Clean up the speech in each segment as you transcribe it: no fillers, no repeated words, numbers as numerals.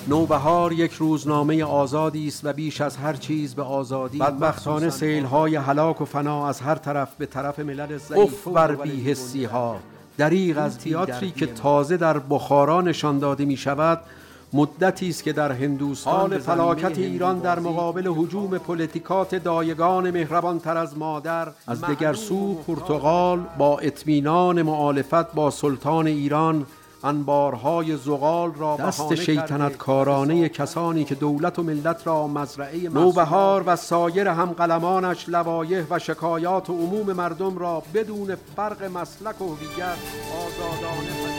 نوبهار یک روزنامه آزادی است و بیش از هر چیز به آزادی. بدبختانه سیل‌های هلاک و فنا از هر طرف به طرف ملل ضعیف بر بی‌حسی‌ها. دریغ از تئاتری که تازه در بخارا نشان داده می‌شود، مدتی است که در هندوستان حال فلاکت ایران در مقابل هجوم پلیتیکات دایگان مهربان‌تر از مادر، از دگر سو پرتغال با اطمینان معالفت با سلطان ایران انبارهای زغال را دست شیطنتکارانه کسانی که دولت و ملت را مزرعه نوبهار و سایر همقلمانش لوایح و شکایات و عموم مردم را بدون فرق مسلک و هویت آزادانه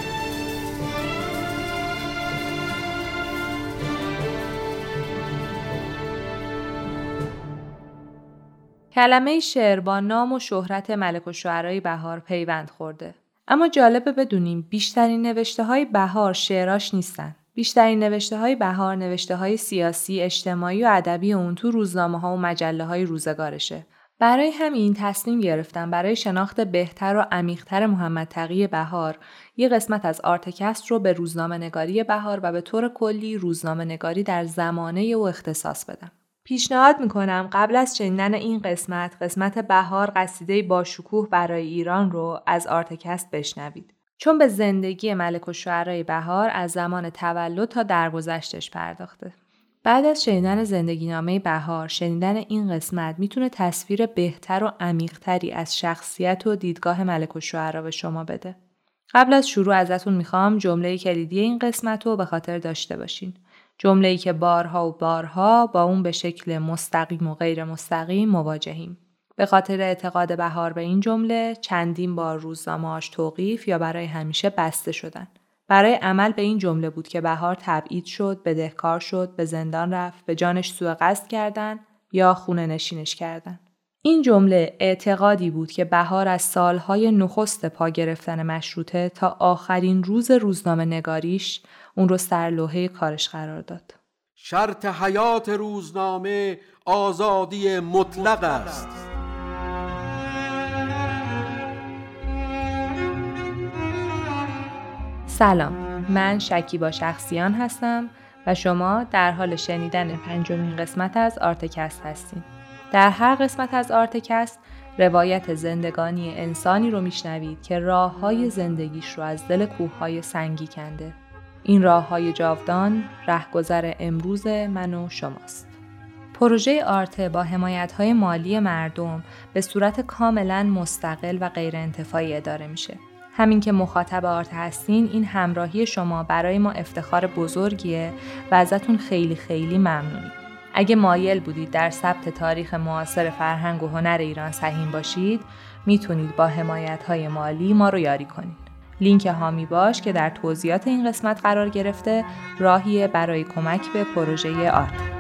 کلمه شعر با نام و شهرت ملک الشعرای بهار پیوند خورده. اما جالبه بدونیم بیشترین نوشته‌های بهار شعراش نیستن. بیشترین نوشته‌های بهار نوشته‌های سیاسی، اجتماعی و ادبی اون تو روزنامه‌ها و مجله‌های روزگارشه. برای همین تصمیم گرفتم برای شناخت بهتر و عمیق‌تر محمد تقی بهار یه قسمت از آرتکست رو به روزنامه‌نگاری بهار و به طور کلی روزنامه‌نگاری در زمانه او اختصاص بدم. پیشنهاد میکنم قبل از شنیدن این قسمت بهار قصیده با شکوه برای ایران رو از آرتکست بشنوید. چون به زندگی ملک الشعرای بهار از زمان تولد تا درگذشتش پرداخته. بعد از شنیدن زندگی نامه بهار، شنیدن این قسمت میتونه تصویر بهتر و عمیق‌تری از شخصیت و دیدگاه ملک الشعرا به شما بده. قبل از شروع ازتون میخوام جمله کلیدی این قسمت رو به خاطر داشته باشین. جمله‌ای که بارها و بارها با اون به شکل مستقیم و غیر مستقیم مواجهیم. به خاطر اعتقاد بهار به این جمله چندین بار روزنامه‌اش توقیف یا برای همیشه بسته شدن. برای عمل به این جمله بود که بهار تبعید شد، بدهکار شد، به زندان رفت، به جانش سوء قصد کردن یا خونه نشینش کردن. این جمله اعتقادی بود که بهار از سالهای نخست پا گرفتن مشروطه تا آخرین روز روزنامه نگاریش اون رو سر لوحه کارش قرار داد. شرط حیات روزنامه آزادی مطلق است. سلام، من شکیبا شخصیان هستم و شما در حال شنیدن 5مین قسمت از آرتکست هستین. در هر قسمت از آرتکست روایت زندگانی انسانی رو میشنوید که راه‌های زندگیش رو از دل کوه‌های سنگی کنده. این راه‌های جاودان رهگذر امروز من و شماست. پروژه آرته با حمایت‌های مالی مردم به صورت کاملاً مستقل و غیر انتفاعی اداره میشه. همین که مخاطب آرته هستین، این همراهی شما برای ما افتخار بزرگیه و ازتون خیلی خیلی ممنونیم. اگه مایل بودید در ثبت تاریخ معاصر فرهنگ و هنر ایران سهیم باشید، میتونید با حمایت‌های مالی ما رو یاری کنید. لینک هامی باش که در توضیحات این قسمت قرار گرفته راهیه برای کمک به پروژه آرت.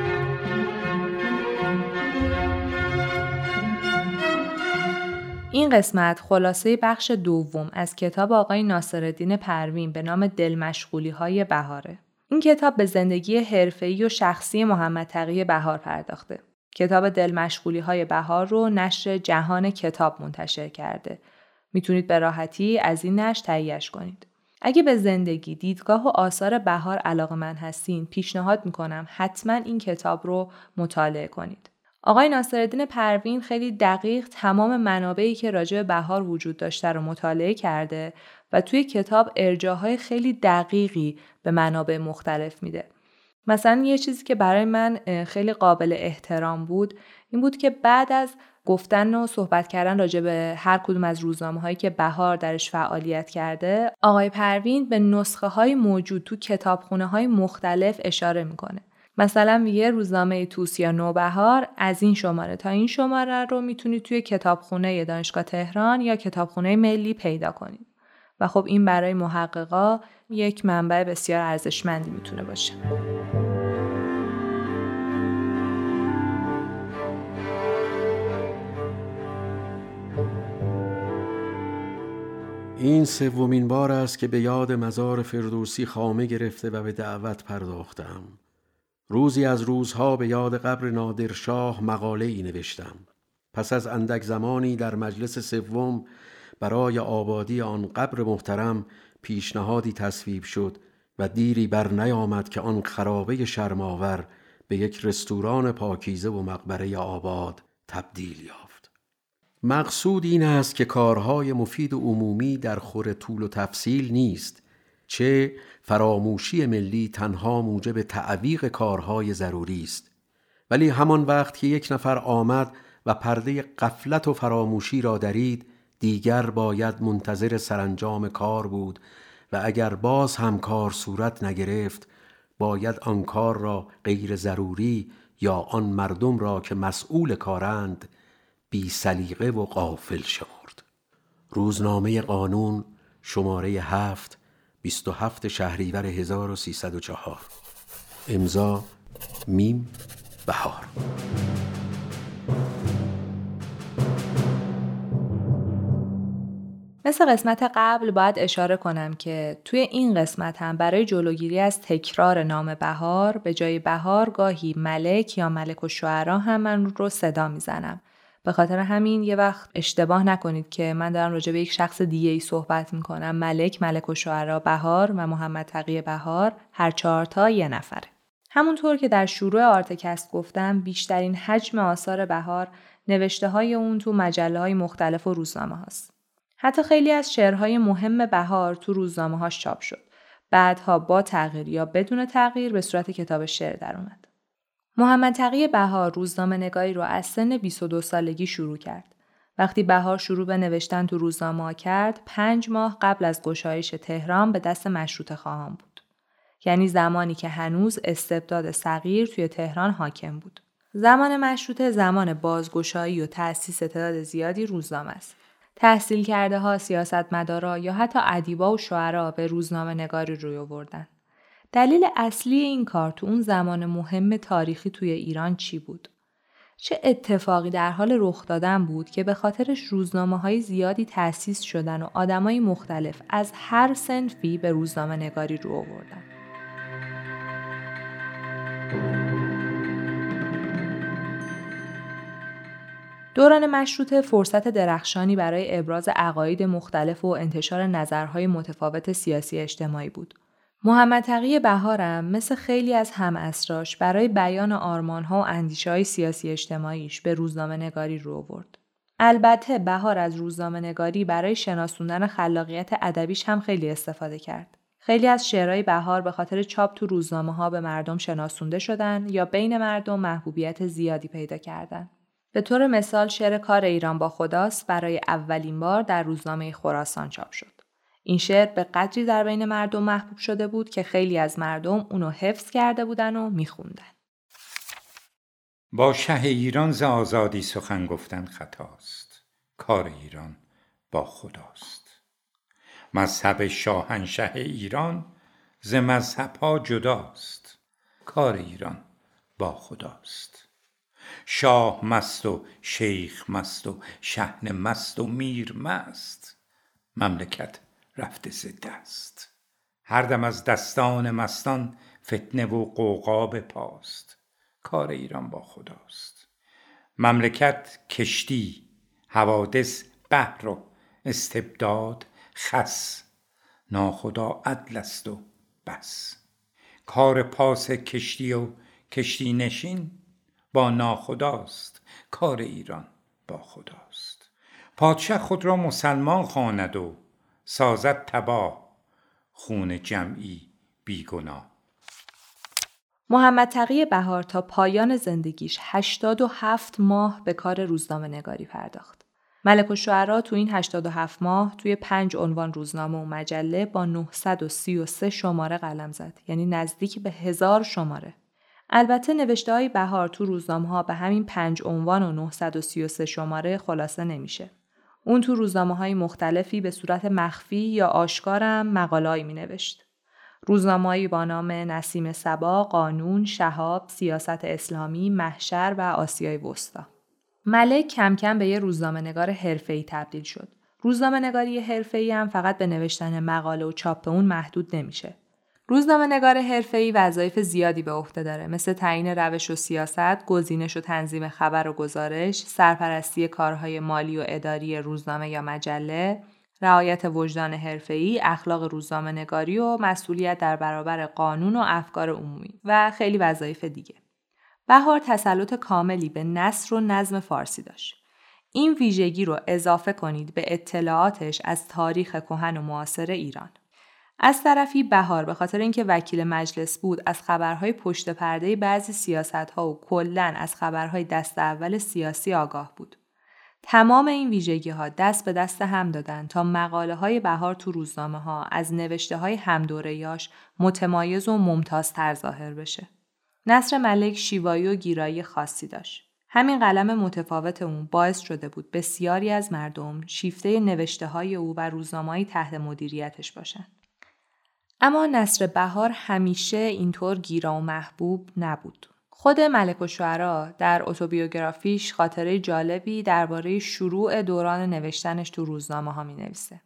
این قسمت خلاصه بخش دوم از کتاب آقای ناصرالدین پروین به نام دلمشغولی‌های بهاره. این کتاب به زندگی حرفه‌ای و شخصی محمد تقی بهار پرداخته. کتاب دلمشغولی‌های بهار رو نشر جهان کتاب منتشر کرده. میتونید به راحتی از این نشر تهیه‌اش کنید. اگه به زندگی، دیدگاه و آثار بهار علاقه‌مند هستین، پیشنهاد میکنم حتما این کتاب رو مطالعه کنید. آقای ناصرالدین پروین خیلی دقیق تمام منابعی که راجع به بهار وجود داشته رو مطالعه کرده و توی کتاب ارجاعهای خیلی دقیقی به منابع مختلف میده. مثلا یه چیزی که برای من خیلی قابل احترام بود این بود که بعد از گفتن و صحبت کردن راجع به هر کدوم از روزنامه‌هایی که بهار درش فعالیت کرده، آقای پروین به نسخه‌های موجود تو کتابخونه‌های مختلف اشاره میکنه. مثلا میگه روزنامه توس یا نوبهار از این شماره تا این شماره رو میتونید توی کتابخونه دانشگاه تهران یا کتابخونه ملی پیدا کنید. و خب این برای محققا یک منبع بسیار ارزشمندی میتونه باشه. این سومین بار است که به یاد مزار فردوسی خامه گرفته و به دعوت پرداختم. روزی از روزها به یاد قبر نادرشاه مقاله ای نوشتم. پس از اندک زمانی در مجلس سوم برای آبادی آن قبر محترم پیشنهادی تصویب شد و دیری بر نیامد که آن خرابه شرماور به یک رستوران پاکیزه و مقبره آباد تبدیل یافت. مقصود این است که کارهای مفید و عمومی در خور طول و تفصیل نیست، چه فراموشی ملی تنها موجب تعویق کارهای ضروری است. ولی همان وقت که یک نفر آمد و پرده غفلت و فراموشی را درید، دیگر باید منتظر سرانجام کار بود و اگر باز هم کار صورت نگرفت، باید آن کار را غیر ضروری یا آن مردم را که مسئول کارند بی سلیقه و غافل شمرد. روزنامه قانون شماره 7 27 شهریور 1304. امضا میم بهار. مثل قسمت قبل باید اشاره کنم که توی این قسمت هم برای جلوگیری از تکرار نام بهار به جای بهار گاهی ملک یا ملک الشعرا هم من رو صدا میزنم. به خاطر همین یه وقت اشتباه نکنید که من دارم راجع به یک شخص دیگه ای صحبت میکنم. ملک الشعرا بهار و محمد تقی بهار هر 4 تا یه نفره. همونطور که در شروع آرتکست گفتم، بیشترین حجم آثار بهار نوشته های اون تو مجله های مختلف و روزنامه هاست. حتی خیلی از شعرهای مهم بهار تو روزنامه هاش چاپ شد. بعدها با تغییر یا بدون تغییر به صورت کتاب شعر در اومد. محمد تقی بهار روزنامه نگاری رو از سن 22 سالگی شروع کرد. وقتی بهار شروع به نوشتن تو روزنامه ها کرد، 5 ماه قبل از گشایش تهران به دست مشروطه خواهان بود. یعنی زمانی که هنوز استبداد صغیر توی تهران حاکم بود. زمان مشروطه زمان بازگشایی و تأسیس تعداد زیادی روزنامه است. تحصیل کرده ها، سیاستمدارا یا حتی ادیبا و شاعرا به روزنامه نگاری روی آوردن. دلیل اصلی این کار تو اون زمان مهم تاریخی توی ایران چی بود؟ چه اتفاقی در حال رخ دادن بود که به خاطرش روزنامه‌های زیادی تأسیس شدن و آدمای مختلف از هر صنفی به روزنامه نگاری رو آوردن؟ دوران مشروطه فرصت درخشانی برای ابراز عقاید مختلف و انتشار نظرهای متفاوت سیاسی اجتماعی بود. محمد تقی بهارم مثل خیلی از همعصراش برای بیان آرمان‌ها و اندیشه‌های سیاسی اجتماعیش به روزنامه نگاری رو آورد. البته بهار از روزنامه نگاری برای شناسوندن خلاقیت ادبیش هم خیلی استفاده کرد. خیلی از شعرهای بهار به خاطر چاپ تو روزنامه‌ها به مردم شناسونده شدن یا بین مردم محبوبیت زیادی پیدا کردن. به طور مثال شعر کار ایران با خداست برای اولین بار در روزنامه خراسان چاپ شد. این شعر به قدری در بین مردم محبوب شده بود که خیلی از مردم اونو حفظ کرده بودن و میخوندن. با شه ایران ز آزادی سخن گفتن خطاست. کار ایران با خداست. مذهب شاهنشه ایران ز مذهب‌ها جداست. کار ایران با خداست. شاه مست و شیخ مست و شحنه مست و میر مست. مملکت رفته ز دست. هر دم از دستان مستان فتنه و غوغا به پاست. کار ایران با خداست. مملکت کشتی، حوادث بحر و استبداد خس. ناخدا عدل است و بس. کار پاس کشتی و کشتی نشین با ناخداست. کار ایران با خداست. پادشه خود را مسلمان خواند و سازد تباه. خون جمعی بیگناه. محمد تقی بهار تا پایان زندگیش 87 ماه به کار روزنامه نگاری پرداخت. ملک الشعرا تو این 87 ماه توی 5 عنوان روزنامه و مجله با 933 شماره قلم زد. یعنی نزدیک به 1000 شماره. البته نوشته‌های بهار تو روزنامه‌ها به همین 5 عنوان و 933 شماره خلاصه نمیشه. اون تو روزنامه‌های مختلفی به صورت مخفی یا آشکارم مقاله‌ای می‌نوشت. روزنامه‌ای با نام نسیم صبا، قانون، شهاب، سیاست اسلامی، محشر و آسیای وسطی. ملک کم کم به یه روزنامه‌نگار حرفه‌ای تبدیل شد. روزنامه‌نگاری حرفه‌ای هم فقط به نوشتن مقاله و چاپ اون محدود نمیشه. روزنامه‌نگار حرفه‌ای وظایف زیادی به عهده داره، مثل تعیین روش و سیاست، گزینش و تنظیم خبر و گزارش، سرپرستی کارهای مالی و اداری روزنامه یا مجله، رعایت وجدان حرفه‌ای، اخلاق روزنامه‌نگاری و مسئولیت در برابر قانون و افکار عمومی و خیلی وظایف دیگه. بهار تسلط کاملی به نثر و نظم فارسی داشت. این ویژگی رو اضافه کنید به اطلاعاتش از تاریخ کهن و معاصر ایران. از طرفی بهار به خاطر اینکه وکیل مجلس بود از خبرهای پشت پرده بعضی سیاست‌ها و کلاً از خبرهای دست اول سیاسی آگاه بود. تمام این ویژگی‌ها دست به دست هم دادن تا مقاله‌های بهار تو روزنامه‌ها از نوشته‌های همدوره‌اش متمایز و ممتازتر ظاهر بشه. نصر ملک شیوایی و گیرایی خاصی داشت. همین قلم متفاوت اون باعث شده بود بسیاری از مردم شیفته نوشته‌های او و روزنامه‌های تحت مدیریتش باشن. اما نثر بهار همیشه اینطور گیرا و محبوب نبود. خود ملک الشعرا در اتوبیوگرافیش خاطره جالبی درباره شروع دوران نوشتنش تو روزنامه‌ها می‌نویسه.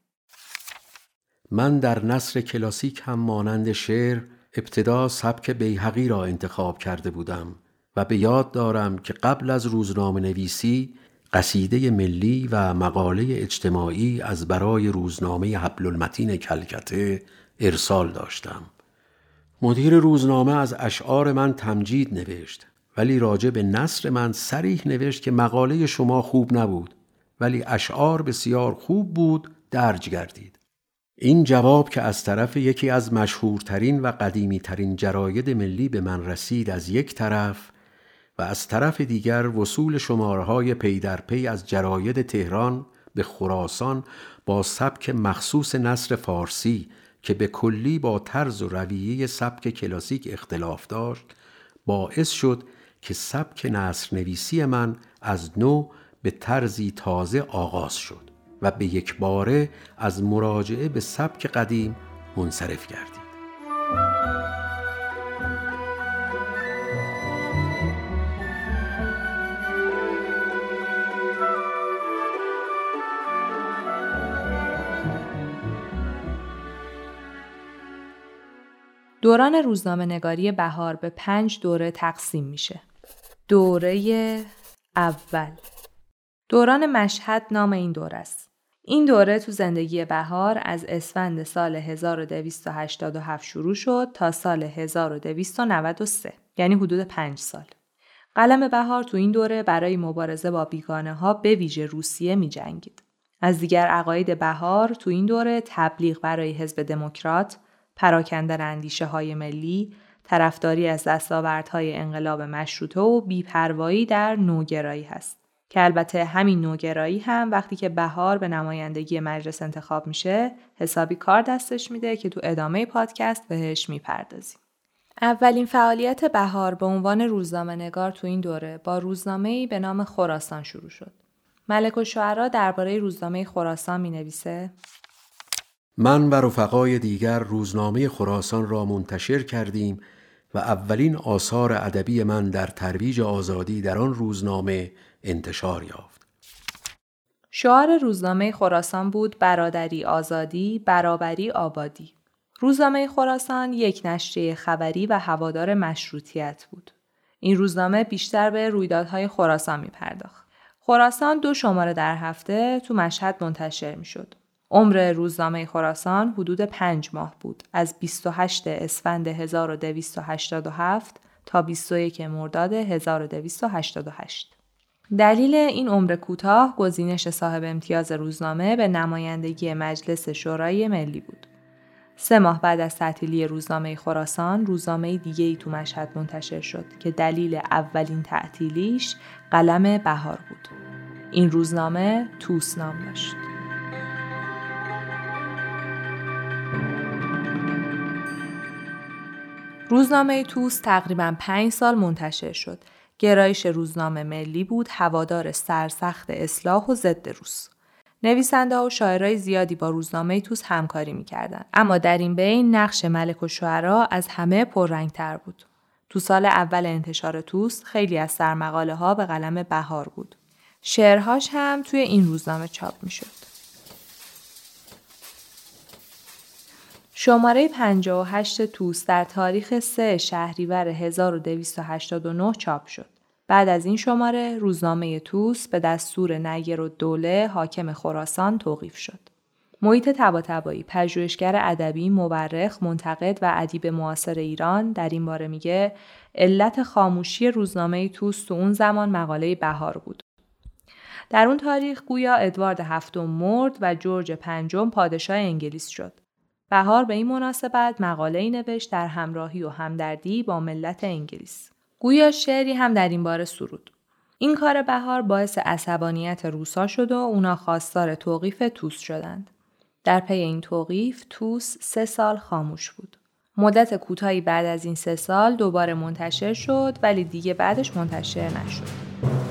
من در نثر کلاسیک هم مانند شعر ابتدا سبک بیهقی را انتخاب کرده بودم و به یاد دارم که قبل از روزنامه نویسی قصیده ملی و مقاله اجتماعی از برای روزنامه حبل المتین کلکته ارسال داشتم. مدیر روزنامه از اشعار من تمجید نوشت، ولی راجع به نثر من صریح نوشت که مقاله شما خوب نبود ولی اشعار بسیار خوب بود، درج گردید. این جواب که از طرف یکی از مشهورترین و قدیمیترین جراید ملی به من رسید از یک طرف و از طرف دیگر وصول شماره‌های پی در پی از جراید تهران به خراسان با سبک مخصوص نثر فارسی که به کلی با طرز و رویه سبک کلاسیک اختلاف داشت، باعث شد که سبک نثر نویسی من از نو به طرزی تازه آغاز شد و به یک باره از مراجعه به سبک قدیم منصرف گردید. دوران روزنامه‌نگاری بهار به 5 دوره تقسیم میشه. دوره اول، دوران مشهد نام این دوره است. این دوره تو زندگی بهار از اسفند سال 1287 شروع شد تا سال 1293، یعنی حدود 5 سال. قلم بهار تو این دوره برای مبارزه با بیگانه‌ها به ویژه روسیه می‌جنگید. از دیگر عقاید بهار تو این دوره تبلیغ برای حزب دموکرات، پراکندن اندیشه‌های ملی، طرفداری از دستاوردهای انقلاب مشروطه و بی‌پروایی در نوگرایی هست. که البته همین نوگرایی هم وقتی که بهار به نمایندگی مجلس انتخاب میشه حسابی کار دستش میده که تو ادامه پادکست بهش میپردازیم. اولین فعالیت بهار به عنوان روزنامه‌نگار تو این دوره با روزنامه‌ای به نام خراسان شروع شد. ملک الشعرا درباره روزنامه خراسان مینویسه: من و رفقای دیگر روزنامه خراسان را منتشر کردیم و اولین آثار ادبی من در ترویج آزادی در آن روزنامه انتشار یافت. شعار روزنامه خراسان بود برادری آزادی، برابری آبادی. روزنامه خراسان یک نشریه خبری و هوادار مشروطیت بود. این روزنامه بیشتر به رویدادهای خراسان می‌پرداخت. خراسان 2 شماره در هفته تو مشهد منتشر می‌شد. عمر روزنامه خراسان حدود 5 ماه بود، از 28 اسفند 1287 تا 21 مرداد 1288. دلیل این عمر کوتاه گزینش صاحب امتیاز روزنامه به نمایندگی مجلس شورای ملی بود. 3 ماه بعد از تعطیلی روزنامه خراسان، روزنامه دیگه‌ای تو مشهد منتشر شد که دلیل اولین تعطیلیش قلم بهار بود. این روزنامه توس نام داشت. روزنامه توس تقریباً 5 سال منتشر شد. گرایش روزنامه ملی بود، هوادار سرسخت اصلاح و ضد روس. نویسنده و شاعرای زیادی با روزنامه توس همکاری می‌کردند، اما در این بین نقش ملک الشعرا از همه پررنگ‌تر بود. تو سال اول انتشار توس خیلی از سرمقاله‌ها به قلم بهار بود. شعرهاش هم توی این روزنامه چاپ می‌شد. شماره 58 توس در تاریخ 3 شهریور 1289 چاپ شد. بعد از این شماره روزنامه توس به دستور نیرالدوله حاکم خراسان توقیف شد. محیط طباطبایی، پژوهشگر ادبی، مورخ، منتقد و ادیب معاصر ایران در این باره میگه علت خاموشی روزنامه توس تو اون زمان مقاله بهار بود. در اون تاریخ گویا ادوارد هفتم مرد و جورج پنجم پادشاه انگلیس شد. بهار به این مناسبت مقاله‌ای نوشت در همراهی و همدردی با ملت انگلیس. گویا شعری هم در این باره سرود. این کار بهار باعث عصبانیت روسا شد و اونا خواستار توقیف توس شدند. در پی این توقیف توس 3 سال خاموش بود. مدت کوتاهی بعد از این 3 سال دوباره منتشر شد ولی دیگه بعدش منتشر نشد.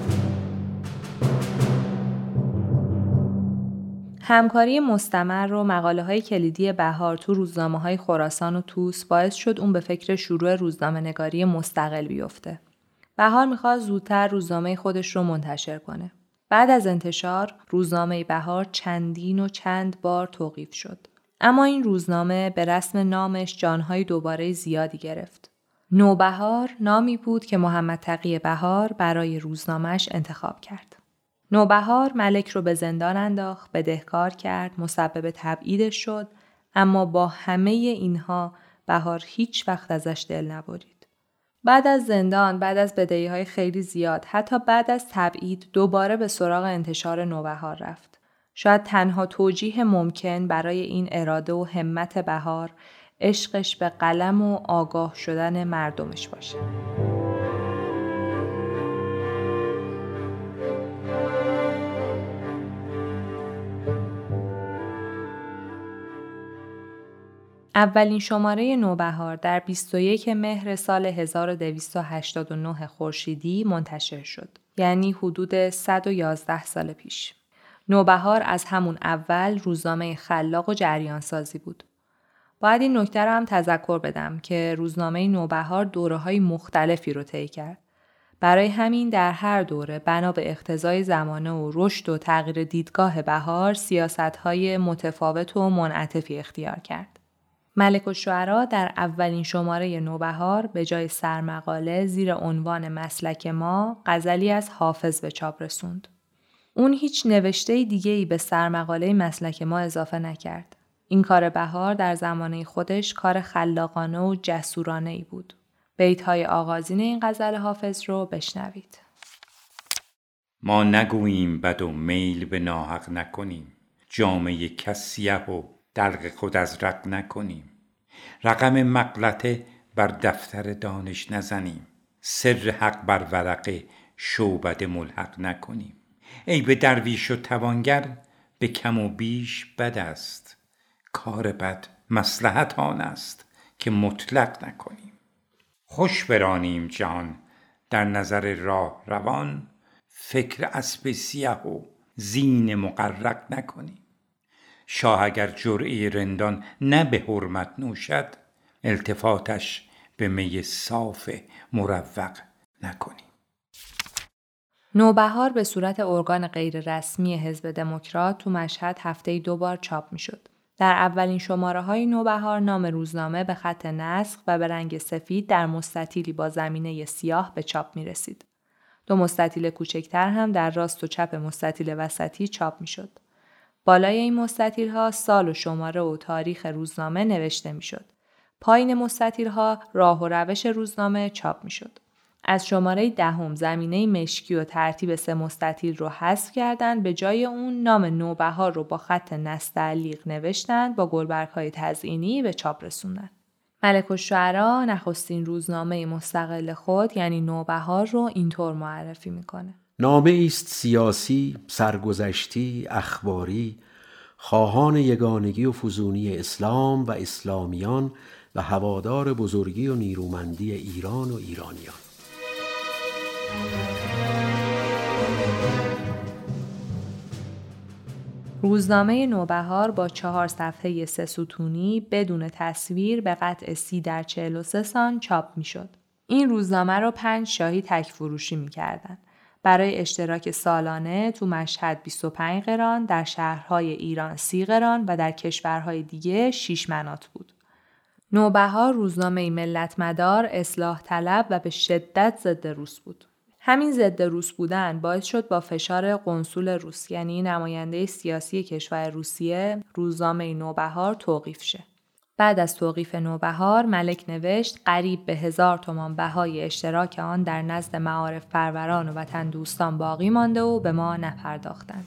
همکاری مستمر و مقاله‌های کلیدی بهار تو روزنامه‌های خراسان و توس باعث شد اون به فکر شروع روزنامه‌نگاری مستقل بیفته. بهار می‌خواد زودتر روزنامه خودش رو منتشر کنه. بعد از انتشار روزنامه بهار چند بار توقیف شد. اما این روزنامه به رسم نامش جانهای دوباره زیادی گرفت. نوبهار نامی بود که محمد تقی بهار برای روزنامه‌اش انتخاب کرد. نوبهار ملک رو به زندان انداخت، بدهکار کرد، مسبب تبعیدش شد، اما با همه اینها بهار هیچ وقت ازش دل نبرید. بعد از زندان، بعد از بدهی‌های خیلی زیاد، حتی بعد از تبعید دوباره به سراغ انتشار نوبهار رفت. شاید تنها توجیه ممکن برای این اراده و همت بهار عشقش به قلم و آگاه شدن مردمش باشه. اولین شماره نوبهار در 21 مهر سال 1289 خورشیدی منتشر شد. یعنی حدود 111 سال پیش. نوبهار از همون اول روزنامه خلاق و جریان سازی بود. باید این نکته رو هم تذکر بدم که روزنامه نوبهار دوره‌های مختلفی رو طی کرد. برای همین در هر دوره بنا به اقتضای زمانه و رشد و تغییر دیدگاه بهار سیاست‌های متفاوت و منعطفی اختیار کرد. ملک الشعرا در اولین شماره نوبهار به جای سرمقاله زیر عنوان مسلک ما غزلی از حافظ به چاپ رسوند. اون هیچ نوشته دیگه‌ای به سرمقاله مسلک ما اضافه نکرد. این کار بهار در زمانه خودش کار خلاقانه و جسورانه‌ای بود. بیت‌های آغازین این غزل حافظ رو بشنوید. ما نگوییم بد و میل به ناحق نکنیم، جامه کس سیه و دلق خود ازرق نکنیم، رقم مغلطه بر دفتر دانش نزنیم، سر حق بر ورق شعبده ملحق نکنیم. ای به درویش و توانگر به کم و بیش بد است، کار بد مصلحت آن است که مطلق نکنیم. خوش برانیم جهان در نظر راه روان، فکر اسب سیه و زین مقرق نکنیم. شاه اگر جرعه رندان نه به حرمت نوشد، التفاتش به می صاف مروق نکنیم. نوبهار به صورت ارگان غیر رسمی حزب دموکرات تو مشهد هفته‌ای 2 بار چاپ می شد. در اولین شماره‌های نوبهار نام روزنامه به خط نسخ و به رنگ سفید در مستطیلی با زمینه سیاه به چاپ می رسید. 2 مستطیل کوچکتر هم در راست و چپ مستطیل وسطی چاپ می شد. بالای این مستطیل‌ها سال و شماره و تاریخ روزنامه نوشته می شد. پایین مستطیل‌ها راه و روش روزنامه چاپ می شد. از شماره 10 زمینه مشکی و ترتیب 3 مستطیل رو حذف کردند، به جای اون نام نوبهار رو با خط نستعلیق نوشتند، با گلبرگ‌های تزئینی به چاپ رسوندند. ملک الشعرا نخستین روزنامه مستقل خود یعنی نوبهار رو اینطور معرفی میکنه: نامه است سیاسی، سرگذشتی، اخباری، خواهان یگانگی و فزونی اسلام و اسلامیان و هوادار بزرگی و نیرومندی ایران و ایرانیان. روزنامه نوبهار با 4 صفحه 3 ستونی بدون تصویر به قطع 30 در 43 سان چاپ می شد. این روزنامه رو 5 شاهی تک فروشی می کردن. برای اشتراک سالانه تو مشهد 25 قران، در شهرهای ایران 30 قران و در کشورهای دیگه 6 منات بود. نوبهار روزنامه ملت مدار، اصلاح طلب و به شدت ضد روس بود. همین ضد روس بودن باعث شد با فشار قنصول روس یعنی نماینده سیاسی کشور روسیه روزنامه نوبهار توقیف شه. بعد از توقیف نوبهار ملک نوشت قریب به 1000 تومان بهای اشتراک آن در نزد معارف پروران و وطن دوستان باقی مانده و به ما نپرداختند.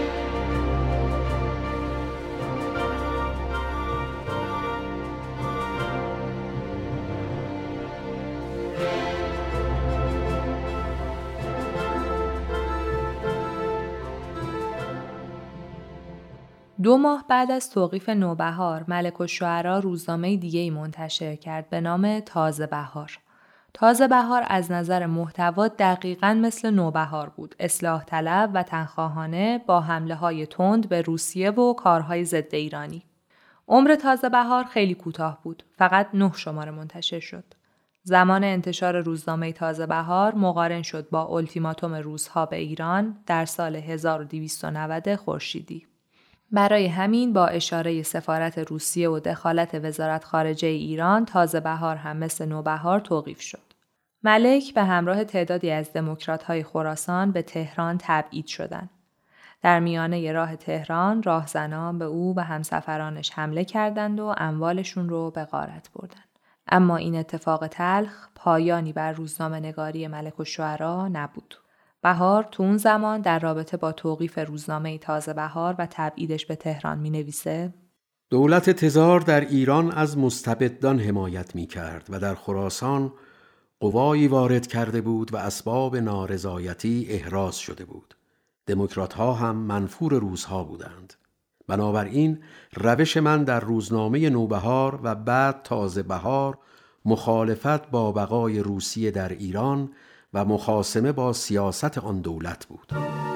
دو ماه بعد از توقیف نوبهار، ملک‌الشعرا روزنامه دیگه‌ای منتشر کرد به نام تازه بهار. تازه بهار از نظر محتوا دقیقاً مثل نوبهار بود، اصلاح طلب و تنخواهانه با حمله‌های تند به روسیه و کارهای ضد ایرانی. عمر تازه بهار خیلی کوتاه بود، فقط 9 شماره منتشر شد. زمان انتشار روزنامه تازه بهار مقارن شد با اولتیماتوم روس‌ها به ایران در سال 1290 خورشیدی. برای همین با اشاره سفارت روسیه و دخالت وزارت خارجه ایران تازه بهار هم مثل نوبهار توقیف شد. ملک به همراه تعدادی از دموکرات‌های خراسان به تهران تبعید شدند. در میانه راه تهران راهزنان به او و همسفرانش حمله کردند و اموالشون رو به غارت بردند. اما این اتفاق تلخ پایانی بر روزنامه‌نگاری ملک‌الشعرا نبود. بهار تو اون زمان در رابطه با توقیف روزنامه تازه بهار و تبعیدش به تهران می نویسه دولت تزار در ایران از مستبدان حمایت می کرد و در خراسان قوایی وارد کرده بود و اسباب نارضایتی احراز شده بود. دموکرات‌ها هم منفور روس‌ها بودند. بنابراین روش من در روزنامه نوبهار و بعد تازه بهار مخالفت با بقای روسیه در ایران و مخاصمه با سیاست آن دولت بود.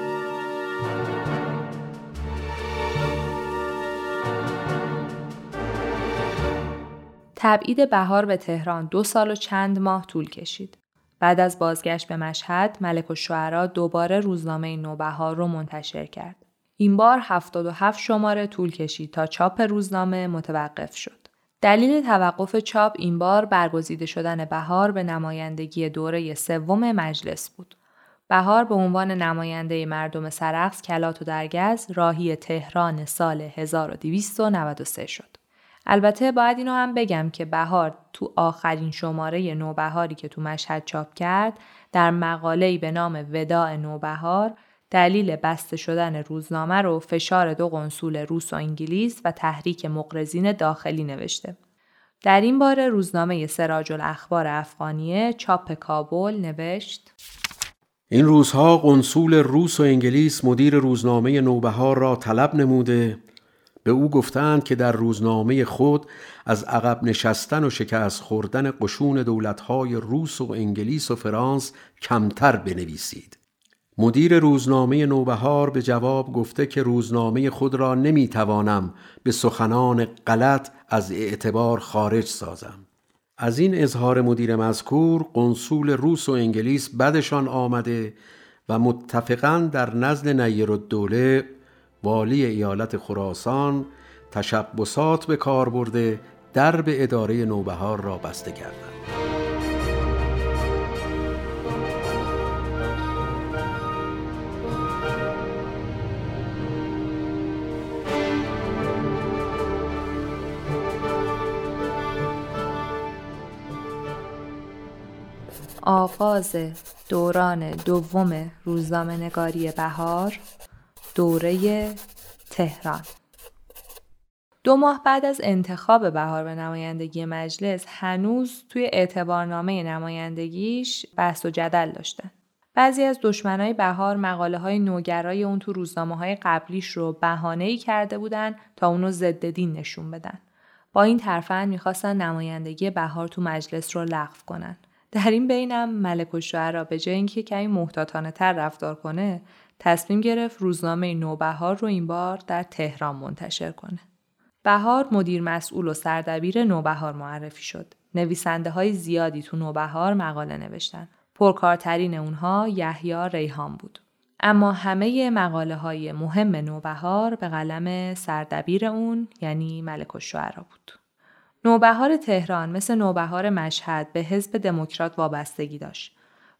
تبعید بهار به تهران 2 سال و چند ماه طول کشید. بعد از بازگشت به مشهد، ملک‌الشعرا دوباره روزنامه نوبهار رو منتشر کرد. این بار 77 شماره طول کشید تا چاپ روزنامه متوقف شد. دلیل توقف چاپ این بار برگزیده شدن بهار به نمایندگی دوره 3 مجلس بود. بهار به عنوان نماینده مردم سرخس، کلات و درگز راهی تهران سال 1293 شد. البته باید اینو هم بگم که بهار تو آخرین شماره نوبهاری که تو مشهد چاپ کرد در مقاله‌ای به نام وداع نوبهار دلیل بسته شدن روزنامه رو فشار 2 قنصول روس و انگلیس و تحریک مقرضین داخلی نوشته. در این باره روزنامه سراج الاخبار افغانیه چاپ کابل نوشت: این روزها قنصول روس و انگلیس مدیر روزنامه نوبهار را طلب نموده، به او گفتند که در روزنامه خود از عقب نشستن و شکست خوردن قشون دولت‌های روس و انگلیس و فرانس کمتر بنویسید. مدیر روزنامه نوبهار به جواب گفته که روزنامه خود را نمیتوانم به سخنان غلط از اعتبار خارج سازم. از این اظهار مدیر مذکور قنصول روس و انگلیس بدشان آمده و متفقاً در نزد نیرالدوله والی ایالت خراسان تشبسات به کار برده درب اداره نوبهار را بسته کردند. آغاز دوران 2 روزنامه‌نگاری بهار، دوره تهران. 2 ماه بعد از انتخاب بهار به نمایندگی مجلس هنوز توی اعتبارنامه نمایندگیش بحث و جدل داشتن. بعضی از دشمنای بهار مقاله‌های نوگرای اون تو روزنامه‌های قبلیش رو بهانه‌ای کرده بودن تا اونو ضد دین نشون بدن. با این ترفند می‌خواستن نمایندگی بهار تو مجلس رو لغو کنن. در این بینم ملک‌الشعرا به جای اینکه کمی محتاطانه‌تر رفتار کنه، تصمیم گرفت روزنامه نوبهار رو این بار در تهران منتشر کنه. بهار مدیر مسئول و سردبیر نوبهار معرفی شد. نویسنده‌های زیادی تو نوبهار مقاله نوشتن. پرکارترین اونها یحیی ریحان بود. اما همه مقاله‌های مهم نوبهار به قلم سردبیر اون یعنی ملک‌الشعرا بود. نوبهار تهران مثل نوبهار مشهد به حزب دموکرات وابستگی داشت.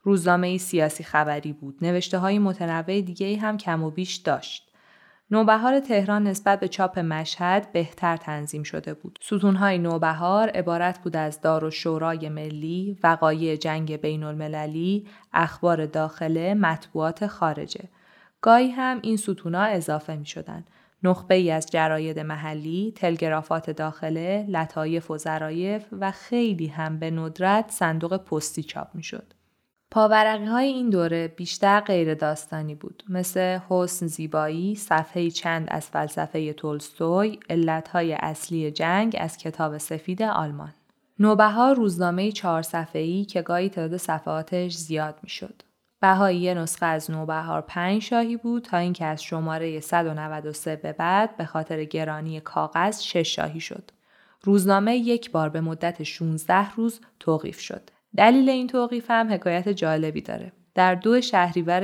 روزنامه‌ای سیاسی خبری بود. نوشته‌های متنوع دیگه‌ای هم کم و بیش داشت. نوبهار تهران نسبت به چاپ مشهد بهتر تنظیم شده بود. ستون‌های نوبهار عبارت بود از دارالشورای ملی، وقایع جنگ بین‌المللی، اخبار داخله، مطبوعات خارجه. گاهی هم این ستون‌ها اضافه می‌شدند. نخبه‌ای از جراید محلی، تلگرافات داخله، لطایف و ظرایف و خیلی هم به ندرت صندوق پستی چاپ می‌شد. پاورقی‌های این دوره بیشتر غیر داستانی بود، مثل حسن زیبایی، صفحه‌ای چند از فلسفه تولستوی، علتهای اصلی جنگ از کتاب سفید آلمان. نوبهار روزنامه‌ای 4 صفحه‌ای که گاهی تعداد صفحاتش زیاد می‌شد. بهای یه نسخه از نوبهار 5 شاهی بود تا اینکه از شماره 193 به بعد به خاطر گرانی کاغذ 6 شاهی شد. روزنامه یک بار به مدت 16 روز توقیف شد. دلیل این توقیف هم حکایت جالبی داره. در 2 شهریور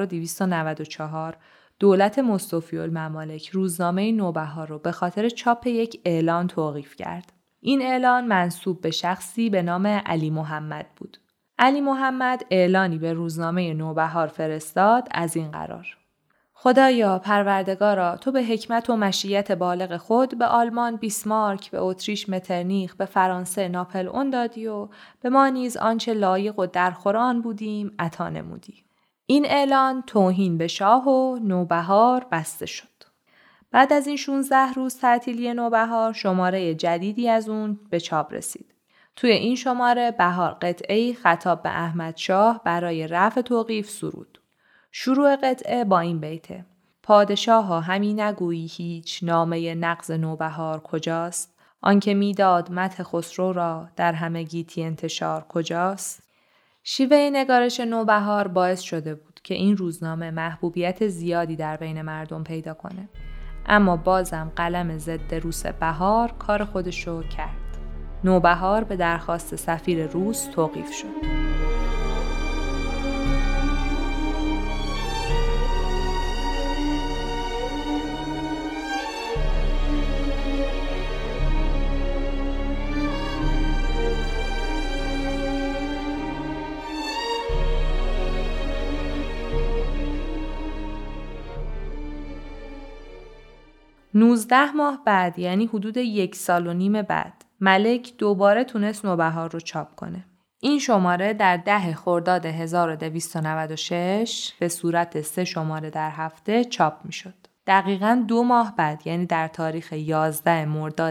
1294 دولت مستوفی‌الممالک روزنامه نوبهار رو به خاطر چاپ یک اعلان توقیف کرد. این اعلان منسوب به شخصی به نام علی محمد بود. علی محمد اعلانی به روزنامه نوبهار فرستاد از این قرار: خدایا پروردگارا، تو به حکمت و مشیت بالغ خود به آلمان بیسمارک، به اتریش مترنیخ، به فرانسه ناپل اون دادی و به ما نیز آنچه لایق و درخوران بودیم عطا نمودی. این اعلان توهین به شاه و نوبهار بسته شد. بعد از این 16 روز تعطیلی نوبهار شماره جدیدی از اون به چاپ رسید. توی این شماره بهار قطعه‌ای خطاب به احمد شاه برای رفع توقیف سرود. شروع قطعه با این بیته: پادشاه ها همی نگویی هیچ، نامه نغز نوبهار کجاست؟ آنکه میداد مدح خسرو را در همه گیتی انتشار کجاست؟ شیوه نگارش نوبهار باعث شده بود که این روزنامه محبوبیت زیادی در بین مردم پیدا کنه. اما بازم قلم ضد روس بهار کار خودشو کرد. نوبهار به درخواست سفیر روس توقیف شد. 19 ماه بعد، یعنی حدود 1 سال و نیم بعد، ملک دوباره تونست نوبهار رو چاپ کنه. این شماره در 10 خرداد 1296 به صورت 3 شماره در هفته چاپ می شد. دقیقاً 2 ماه بعد، یعنی در تاریخ 11 مرداد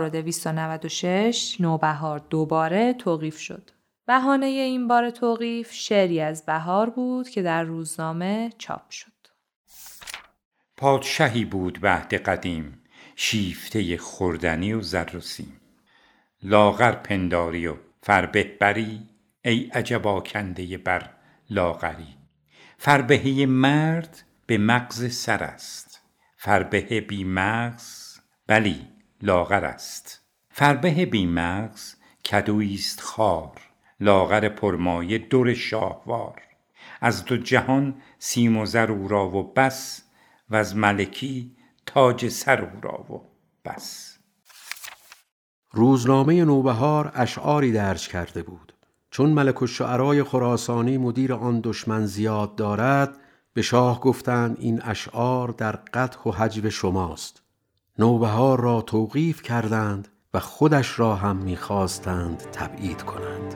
1296 نوبهار دوباره توقیف شد. بهانه این بار توقیف شعری از بهار بود که در روزنامه چاپ شد. پادشاهی بود به عهد قدیم، شیفته خوردنی و زر و سیم. لاغر پنداری و فربه بری، ای عجب آکنده بر لاغری. فربهه مرد به مغز سر است، فربه بی مغز بلی لاغر است. فربه بی مغز کدویست خار، لاغر پرمایه در شاهوار. از 2 جهان سیم و زر او را و بس، و از ملکی تاج سر او را و بس. روزنامه نوبهار اشعاری درج کرده بود. چون ملک الشعرای خراسانی مدیر آن دشمن زیاد دارد، به شاه گفتند این اشعار در قدح و هجو شماست. نوبهار را توقیف کردند و خودش را هم می‌خواستند تبعید کنند.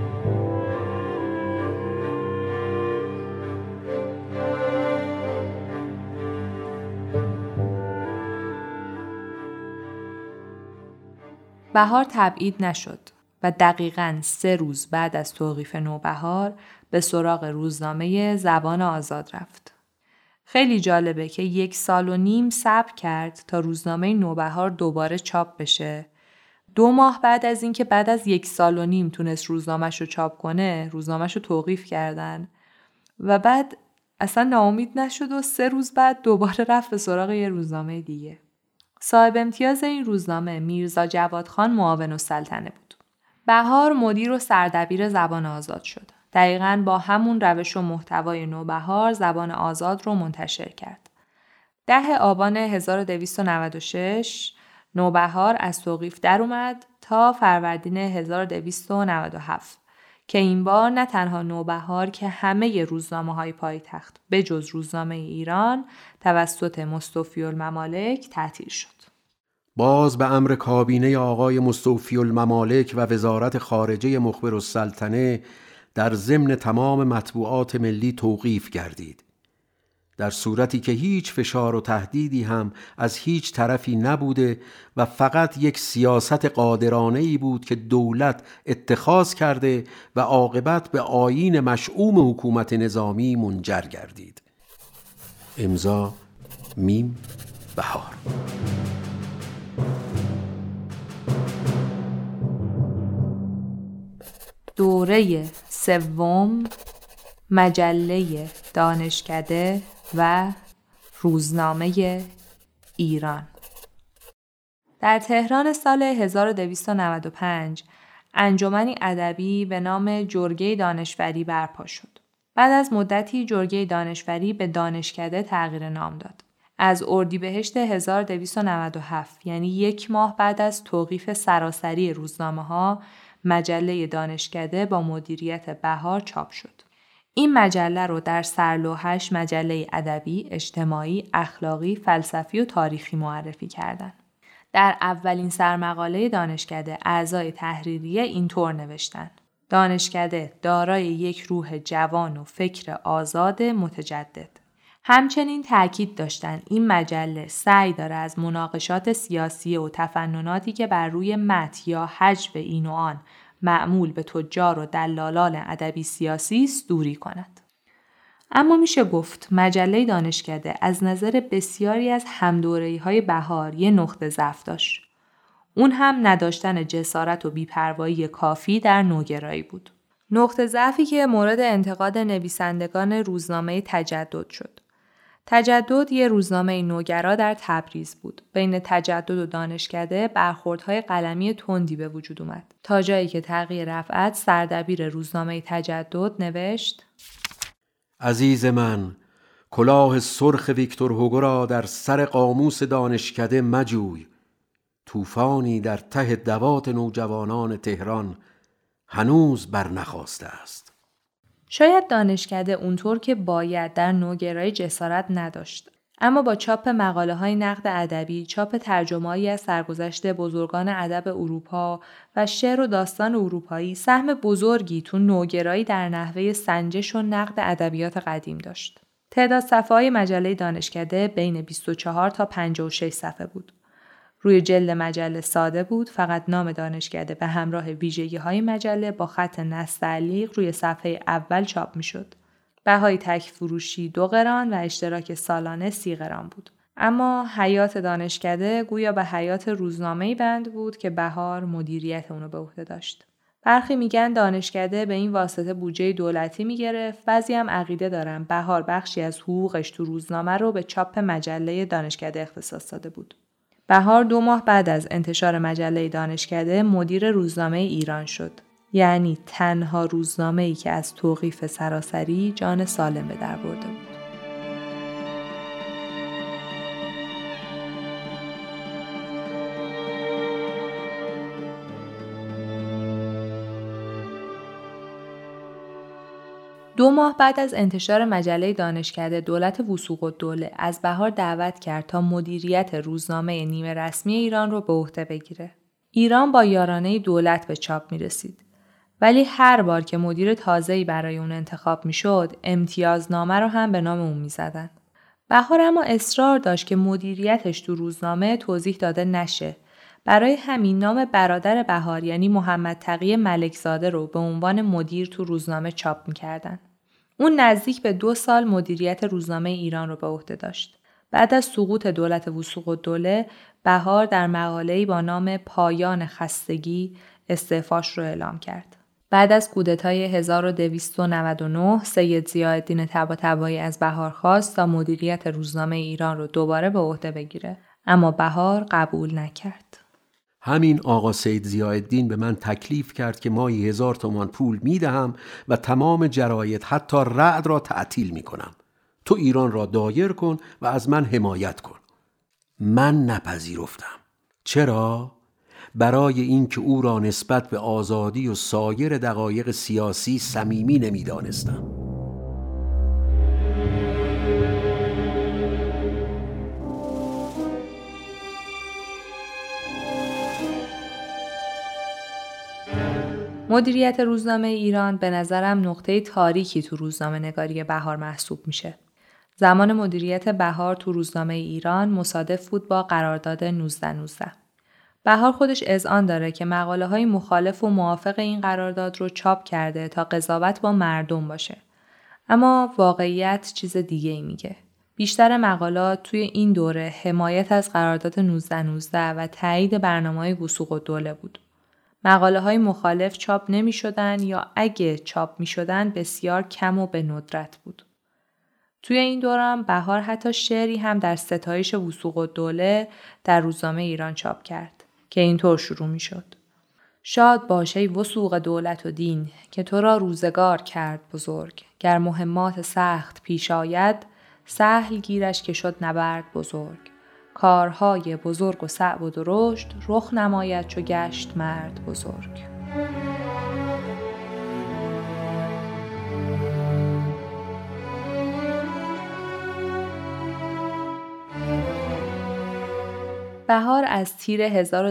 بهار تبعید نشد و دقیقاً 3 روز بعد از توقیف نوبهار به سراغ روزنامه زبان آزاد رفت. خیلی جالبه که 1 سال و نیم صبر کرد تا روزنامه نوبهار دوباره چاپ بشه. 2 ماه بعد از اینکه بعد از 1 سال و نیم تونست روزنامه‌شو چاپ کنه، روزنامه‌شو توقیف کردن و بعد اصلا ناامید نشد و 3 روز بعد دوباره رفت به سراغ یه روزنامه دیگه. صاحب امتیاز این روزنامه میرزا جوادخان معاون السلطنه بود. بهار مدیر و سردبیر زبان آزاد شد. دقیقاً با همون روش و محتوای نوبهار زبان آزاد رو منتشر کرد. 10 آبان 1296 نوبهار از توقیف در اومد تا فروردین 1297 که این بار نه تنها نوبهار که همه روزنامه‌های پایتخت به جز روزنامه ایران توسط مستوفی الممالک تعطیل شد. باز به امر کابینه آقای مستوفی الممالک و وزارت خارجه مخبرالسلطنه در ضمن تمام مطبوعات ملی توقیف گردید. در صورتی که هیچ فشار و تهدیدی هم از هیچ طرفی نبوده و فقط یک سیاست قادرانه‌ای بود که دولت اتخاذ کرده و عاقبت به آیین مشؤوم حکومت نظامی منجر گردید. امضا میم بهار. دوره سوم، مجله دانشکده و روزنامه ایران. در تهران سال 1295 انجمنی ادبی به نام جرگه دانشوری برپا شد. بعد از مدتی جرگه دانشوری به دانشکده تغییر نام داد. از اردیبهشت 1297 یعنی 1 ماه بعد از توقیف سراسری روزنامه‌ها، مجله دانشکده با مدیریت بهار چاپ شد. این مجله رو در سرلوحش مجله ادبی، اجتماعی، اخلاقی، فلسفی و تاریخی معرفی کردند. در اولین سرمقاله دانشکده اعضای تحریریه اینطور نوشتند: دانشکده دارای یک روح جوان و فکر آزاد متجدد. همچنین تأکید داشتند این مجله سعی داره از مناقشات سیاسی و تفنناتی که بر روی متن یا حجب این و آن معمول به تجار و دلالان ادبی سیاسی است دوری کند. اما میشه گفت مجله دانشکده از نظر بسیاری از همدوره‌ای‌های بهار یه نقطه ضعف داشت. اون هم نداشتن جسارت و بی‌پروایی کافی در نوگرایی بود. نقطه ضعفی که مورد انتقاد نویسندگان روزنامه تجدد شد. تجدد یه روزنامه نوگرا در تبریز بود. بین تجدد و دانشکده برخوردهای قلمی تندی به وجود اومد. تا جایی که تقی رفعت سردبیر روزنامه تجدد نوشت: عزیز من، کلاه سرخ ویکتور هوگو را در سر قاموس دانشکده مجوی. طوفانی در ته دوات نوجوانان تهران هنوز برنخاسته است. شاید دانشکده اونطور که باید در نوگرایی جسارت نداشت. اما با چاپ مقاله‌های نقد ادبی، چاپ ترجمه‌ای از سرگذشت بزرگان ادب اروپا و شعر و داستان اروپایی، سهم بزرگی تو نوگرایی در نحوه سنجش و نقد ادبیات قدیم داشت. تعداد صفحه‌های مجله دانشکده بین 24 تا 56 صفحه بود. روی جلد مجله ساده بود، فقط نام دانشکده به همراه ویژگی‌های مجله با خط نستعلیق روی صفحه اول چاپ می‌شد. بهای تک فروشی 2 قران و اشتراک سالانه 30 قران بود. اما حیات دانشکده گویا به حیات روزنامه‌ای بند بود که بهار مدیریت اونو به عهده داشت. برخی میگن دانشکده به این واسطه بودجه دولتی میگرفت، بعضی هم عقیده دارن بهار بخشی از حقوقش تو روزنامه رو به چاپ مجله دانشکده اختصاص داده بود. بهار 2 ماه بعد از انتشار مجله دانشکده مدیر روزنامه ایران شد. یعنی تنها روزنامه‌ای که از توقیف سراسری جان سالم به در برده بود. دو ماه بعد از انتشار مجله دانشکده، دولت وثوق‌الدوله از بهار دعوت کرد تا مدیریت روزنامه نیمه رسمی ایران رو به عهده بگیره. ایران با یارانه دولت به چاپ می‌رسید. ولی هر بار که مدیر تازه‌ای برای اون انتخاب می‌شد، امتیازنامه رو هم به نام اون می‌زدن. بهار اما اصرار داشت که مدیریتش تو روزنامه توضیح داده نشه. برای همین نام برادر بهار یعنی محمد تقی ملکزاده رو به عنوان مدیر تو روزنامه چاپ می‌کردن. اون نزدیک به 2 سال مدیریت روزنامه ایران رو به عهده داشت. بعد از سقوط دولت وثوق‌الدوله، بهار در مقاله‌ای با نام پایان خستگی استعفاش رو اعلام کرد. بعد از کودتای 1299 سید ضیاءالدین طباطبایی از بهار خواست تا مدیریت روزنامه ایران رو دوباره به عهده بگیره، اما بهار قبول نکرد. همین آقا سید ضیاءالدین به من تکلیف کرد که ماهی 1000 تومان پول میدهم و تمام جراید حتی رعد را تعطیل میکنم. تو ایران را دایر کن و از من حمایت کن. من نپذیرفتم. چرا؟ برای اینکه او را نسبت به آزادی و سایر دقایق سیاسی صمیمی نمی‌دانستم. مدیریت روزنامه ایران به نظرم نقطه تاریکی تو روزنامه نگاری بهار محسوب میشه. زمان مدیریت بهار تو روزنامه ایران مصادف بود با قرارداد 1919. بهار خودش اذعان داره که مقاله‌های مخالف و موافق این قرارداد رو چاپ کرده تا قضاوت با مردم باشه. اما واقعیت چیز دیگه ای میگه. بیشتر مقالات توی این دوره حمایت از قرارداد 1919 و تایید برنامه‌های وثوق الدوله بود. مقاله‌های مخالف چاپ نمی‌شدن یا اگه چاپ می‌شدن بسیار کم و به ندرت بود. توی این دوران بهار حتی شعری هم در ستایش وثوق الدوله در روزنامه ایران چاپ کرد که اینطور شروع می‌شد: شاد باش ای وثوق دولت و دین که تو را روزگار کرد بزرگ، گر مهمات سخت پیش آید سهل گیرش که شد نبرد بزرگ. کارهای بزرگ و صعب و درشت رخ نماید چو گشت مرد بزرگ. بهار از تیر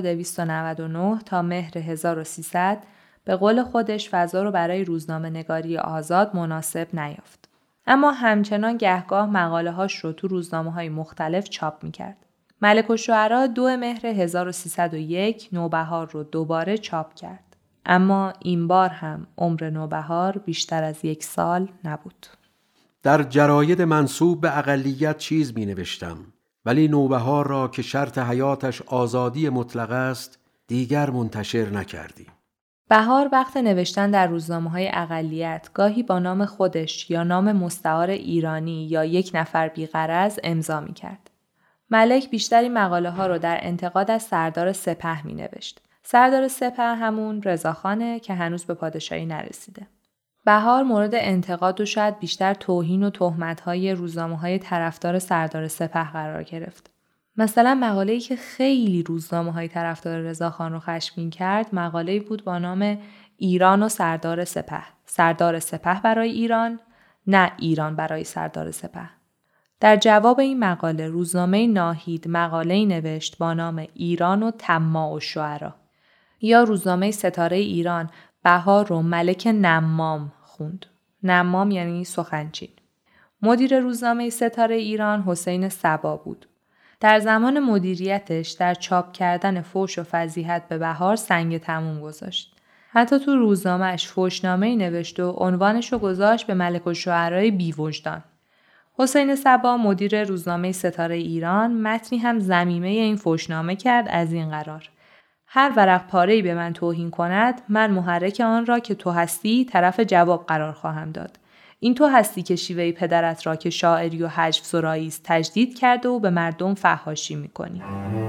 1299 تا مهر 1300 به قول خودش فضا رو برای روزنامه نگاری آزاد مناسب نیافت. اما همچنان گهگاه مقاله هاش رو تو روزنامه های مختلف چاپ میکرد. ملک الشعراء 2 مهر 1301 نوبهار رو دوباره چاپ کرد. اما این بار هم عمر نوبهار بیشتر از 1 سال نبود. در جراید منسوب به اقلیت چیز می نوشتم، ولی نوبهار را که شرط حیاتش آزادی مطلق است دیگر منتشر نکردی. بهار وقت نوشتن در روزنامه‌های اقلیت گاهی با نام خودش یا نام مستعار ایرانی یا یک نفر بی‌غرض امضا می‌کرد. ملک بیشتری مقاله ها رو در انتقاد از سردار سپه می نوشت. سردار سپه همون رضاخانه که هنوز به پادشاهی نرسیده. بهار مورد انتقاد و شاید بیشتر توهین و تهمت‌های روزنامه‌های طرفدار سردار سپه قرار گرفت. مثلا مقاله‌ای که خیلی روزنامه‌های طرفدار رضاخان رو خشمگین کرد، مقاله‌ای بود با نام ایران و سردار سپه. سردار سپه برای ایران، نه ایران برای سردار سپه. در جواب این مقاله روزنامه ناهید مقاله‌ای نوشت با نام ایران و طماع الشعراء. یا روزنامه ستاره ایران بهار رو ملک نمام خوند. نمام یعنی سخنچین. مدیر روزنامه ستاره ایران حسین صبا بود. در زمان مدیریتش در چاپ کردن فحش و فضیحت به بهار سنگ تموم گذاشت. حتی تو روزنامه‌اش فحشنامه‌ای نوشت و عنوانش رو گذاشت به ملک الشعراء بی‌وجدان. حسین صبا مدیر روزنامه ستاره ایران متنی هم ضمیمه این فحشنامه کرد از این قرار: هر ورق پاره‌ای به من توهین کند من محرک آن را که تو هستی طرف جواب قرار خواهم داد. این تو هستی که شیوه پدرت را که شاعری و هجو سرایی است تجدید کرده و به مردم فحاشی می‌کنی.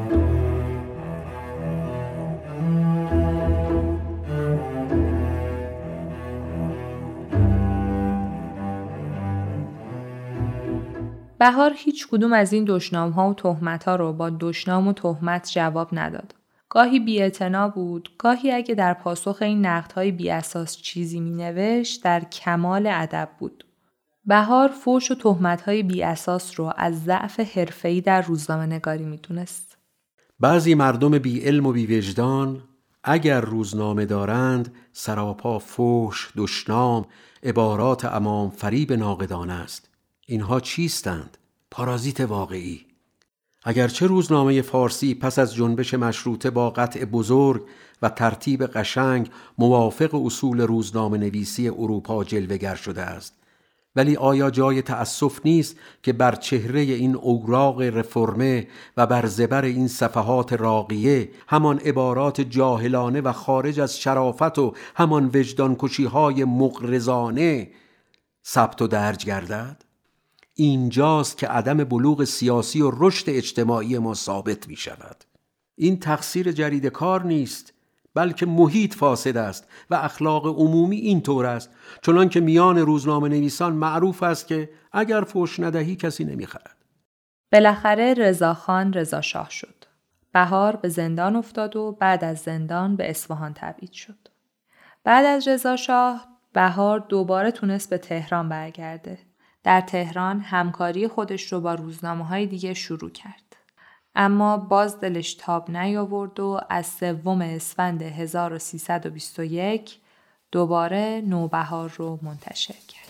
بهار هیچ کدوم از این دشنام‌ها و تهمت‌ها رو با دشنام و تهمت جواب نداد. گاهی بی‌اعتنا بود، گاهی اگه در پاسخ این نقدهای بی‌اساس چیزی می‌نوشت در کمال ادب بود. بهار فحش و تهمت‌های بی‌اساس رو از ضعف حرفه‌ای در روزنامه‌نگاری می‌دونست. بعضی مردم بی علم و بی وجدان اگر روزنامه دارند سراپا فحش، دشنام، عبارات امام فریب ناقدانه است. اینها چیستند؟ پارازیت واقعی. اگرچه روزنامه فارسی پس از جنبش مشروطه با قطع بزرگ و ترتیب قشنگ موافق اصول روزنامه نویسی اروپا جلوه‌گر شده است، ولی آیا جای تأسف نیست که بر چهره این اوراق رفرمه و بر زبر این صفحات راقیه همان عبارات جاهلانه و خارج از شرافت و همان وجدان کشی‌های مغرضانه ثبت و درج گردد؟ اینجاست که عدم بلوغ سیاسی و رشد اجتماعی ما ثابت می شود. این تقصیر جریده کار نیست، بلکه محیط فاسد است و اخلاق عمومی این طور است، چنان که میان روزنامه نویسان معروف است که اگر فحش ندهی کسی نمی خرد. بالاخره رضاخان رضا شاه شد. بهار به زندان افتاد و بعد از زندان به اصفهان تبعید شد. بعد از رضا شاه بهار دوباره تونست به تهران برگرده. در تهران همکاری خودش رو با روزنامه‌های دیگه شروع کرد. اما باز دلش تاب نیاورد و از 3 اسفند 1321 دوباره نوبهار رو منتشر کرد.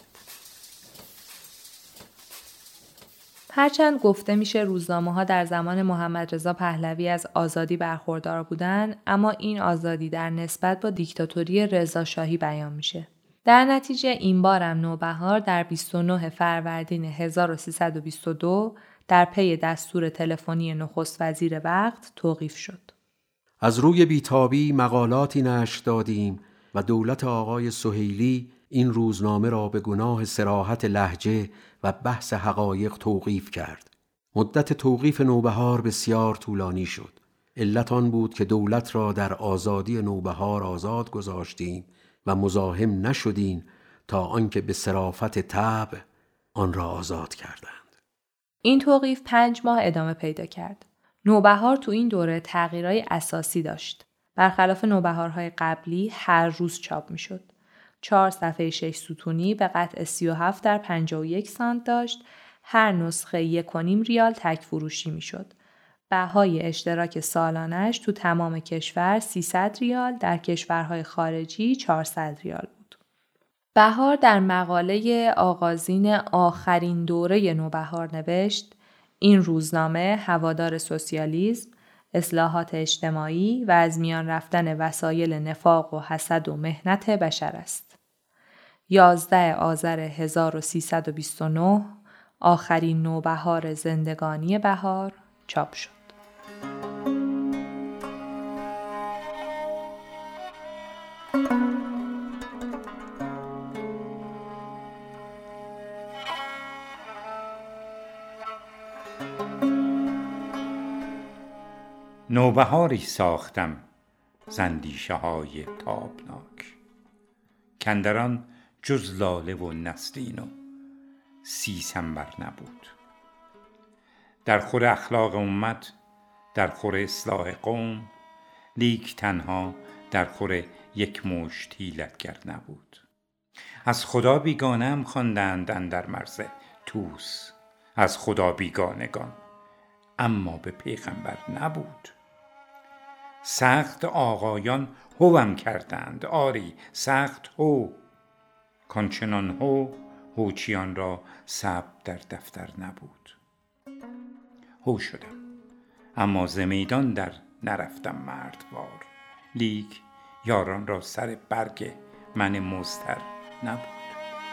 هرچند گفته میشه روزنامه‌ها در زمان محمد رضا پهلوی از آزادی برخوردار بودن، اما این آزادی در نسبت با دیکتاتوری رضا شاهی بیان میشه. در نتیجه این بارم نوبهار در 29 فروردین 1322 در پی دستور تلفنی نخست وزیر وقت توقیف شد. از روی بیتابی مقالاتی نشر دادیم و دولت آقای سهیلی این روزنامه را به گناه صراحت لهجه و بحث حقایق توقیف کرد. مدت توقیف نوبهار بسیار طولانی شد. علت آن بود که دولت را در آزادی نوبهار آزاد گذاشتیم و مزاحم نشدیم تا آنکه به صرافت طبع آن را آزاد کردند. این توقیف 5 ماه ادامه پیدا کرد. نوبهار تو این دوره تغییرهای اساسی داشت. برخلاف نوبهارهای قبلی هر روز چاپ می شد. 4 صفحه 6 ستونی به قطع 37 در 51 سانت داشت. هر نسخه 1.5 ریال تک فروشی می شد. بهای اشتراک سالانش تو تمام کشور 300 ریال، در کشورهای خارجی 400 ریال بود. بهار در مقاله آغازین آخرین دوره نوبهار نوشت: این روزنامه هوادار سوسیالیسم، اصلاحات اجتماعی و از میان رفتن وسایل نفاق و حسد و محنت بشر است. 11 آذر 1329 آخرین نوبهار زندگانی بهار چاپ شد. نوبهاری ساختم زندیشه های تابناک، کندران جز لاله و نسرین و سیسنبر نبود. در خور اخلاق امت، در خور اصلاح قوم، لیک تنها در خور یک مشت حیلتگر نبود. از خدا بیگانه‌ام خواندند اندر مرز طوس، از خدا بیگانگان، اما به پیغمبر نبود. سخت آقایان هوم کردند، آری سخت هو، کانچنان هوچیان را ثبت در دفتر نبود. هو شدم اما ز میدان در نرفتم مردوار، لیک یاران را سر برگ من مضطر نبود.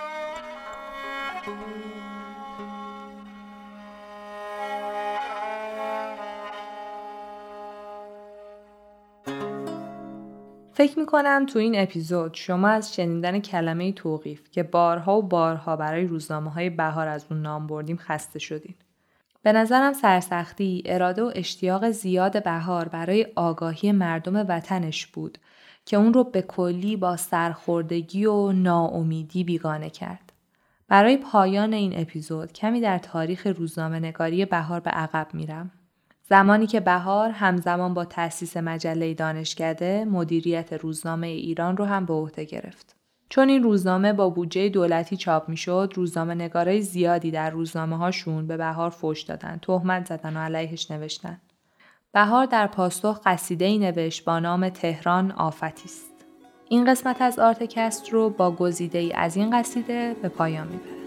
فکر میکنم تو این اپیزود شما از شنیدن کلمه توقیف که بارها و بارها برای روزنامه‌های بهار از اون نام بردیم خسته شدین. به نظرم سرسختی، اراده و اشتیاق زیاد بهار برای آگاهی مردم وطنش بود که اون رو به کلی با سرخوردگی و ناامیدی بیگانه کرد. برای پایان این اپیزود کمی در تاریخ روزنامه نگاری بهار به عقب میرم. زمانی که بهار همزمان با تأسیس مجله دانشکده مدیریت روزنامه ایران رو هم به عهده گرفت. چون این روزنامه با بودجه دولتی چاپ میشد، روزنامه نگارای زیادی در روزنامه هاشون به بهار فحش دادن، تهمت زدن و علیهش نوشتن. بهار در پاسخ قصیده‌ای نوشت با نام تهران آفتی است. این قسمت از آرتکست رو با گزیده‌ای از این قصیده به پایان میبرم.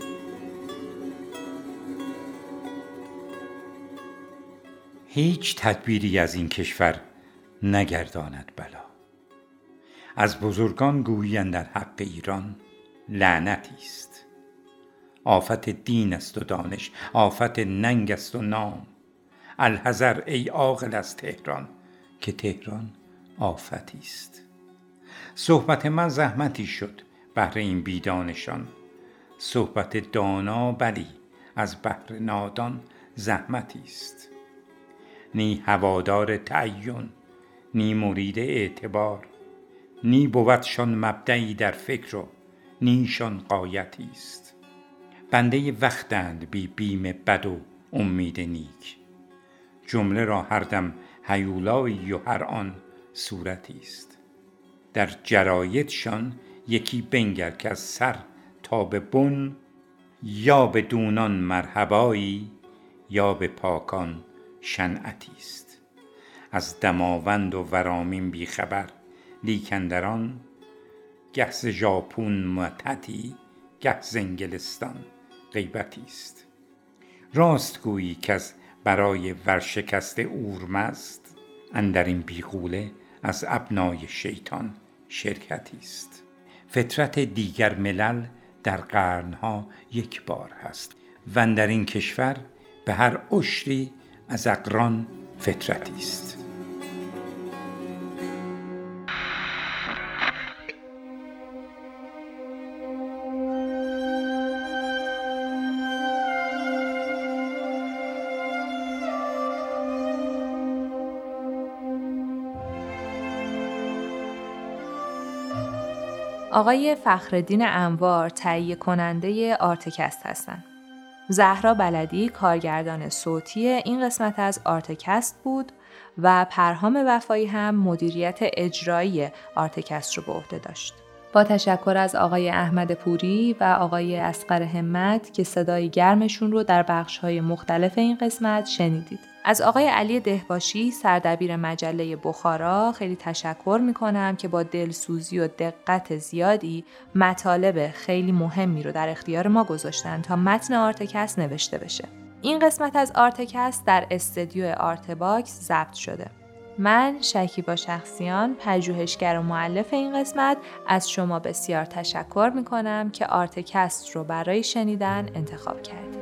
هیچ تدبیری از این کشور نگرداند بلا. از بزرگان گویند در حق ایران لعنتی است. آفت دین است و دانش، آفت ننگ است و نام. الحذر ای عاقل از تهران که تهران آفتی است. صحبت من زحمتی شد بهر این بیدانشان، صحبت دانا بلی از بهر نادان زحمتی است. نی هوادار تعین، نی مرید اعتبار، نی بودشان مبدعی در فکر و نیشان غایتی است. بنده وقتند بی بیم بد و امید نیک، جمله را هر دم هیولایی و هر آن صورتی است. در جرایدشان یکی بنگر که از سر تا به بن، یا به دونان مرحبایی یا به پاکان شنعتی است. از دماوند و ورامین بی خبر، لیک اندران گه ز ژاپون متعتی، گه ز انگلستان غیبتی است. راست گویی که از برای ورشکست اورمست، اندر این بیغوله از ابنای شیطان شرکتی است. فطرت دیگر ملل در قرنها یک بار هست و اندر این کشور به هر عشری از اقران فطرتی است. آقای فخرالدین انوار تهیه کننده آرتکست هستند. زهرا بلدی کارگردان صوتی این قسمت از آرتکست بود و پرهام وفایی هم مدیریت اجرایی آرتکست رو به عهده داشت. با تشکر از آقای احمد پوری و آقای اصغر همت که صدای گرمشون رو در بخش‌های مختلف این قسمت شنیدید. از آقای علی دهباشی سردبیر مجله بخارا خیلی تشکر میکنم که با دلسوزی و دقت زیادی مطالب خیلی مهمی رو در اختیار ما گذاشتن تا متن آرتکست نوشته بشه. این قسمت از آرتکست در استدیو آرتباکس ضبط شده. من شکیبا شخصیان، پژوهشگر و مؤلف این قسمت، از شما بسیار تشکر میکنم که آرتکست رو برای شنیدن انتخاب کردید.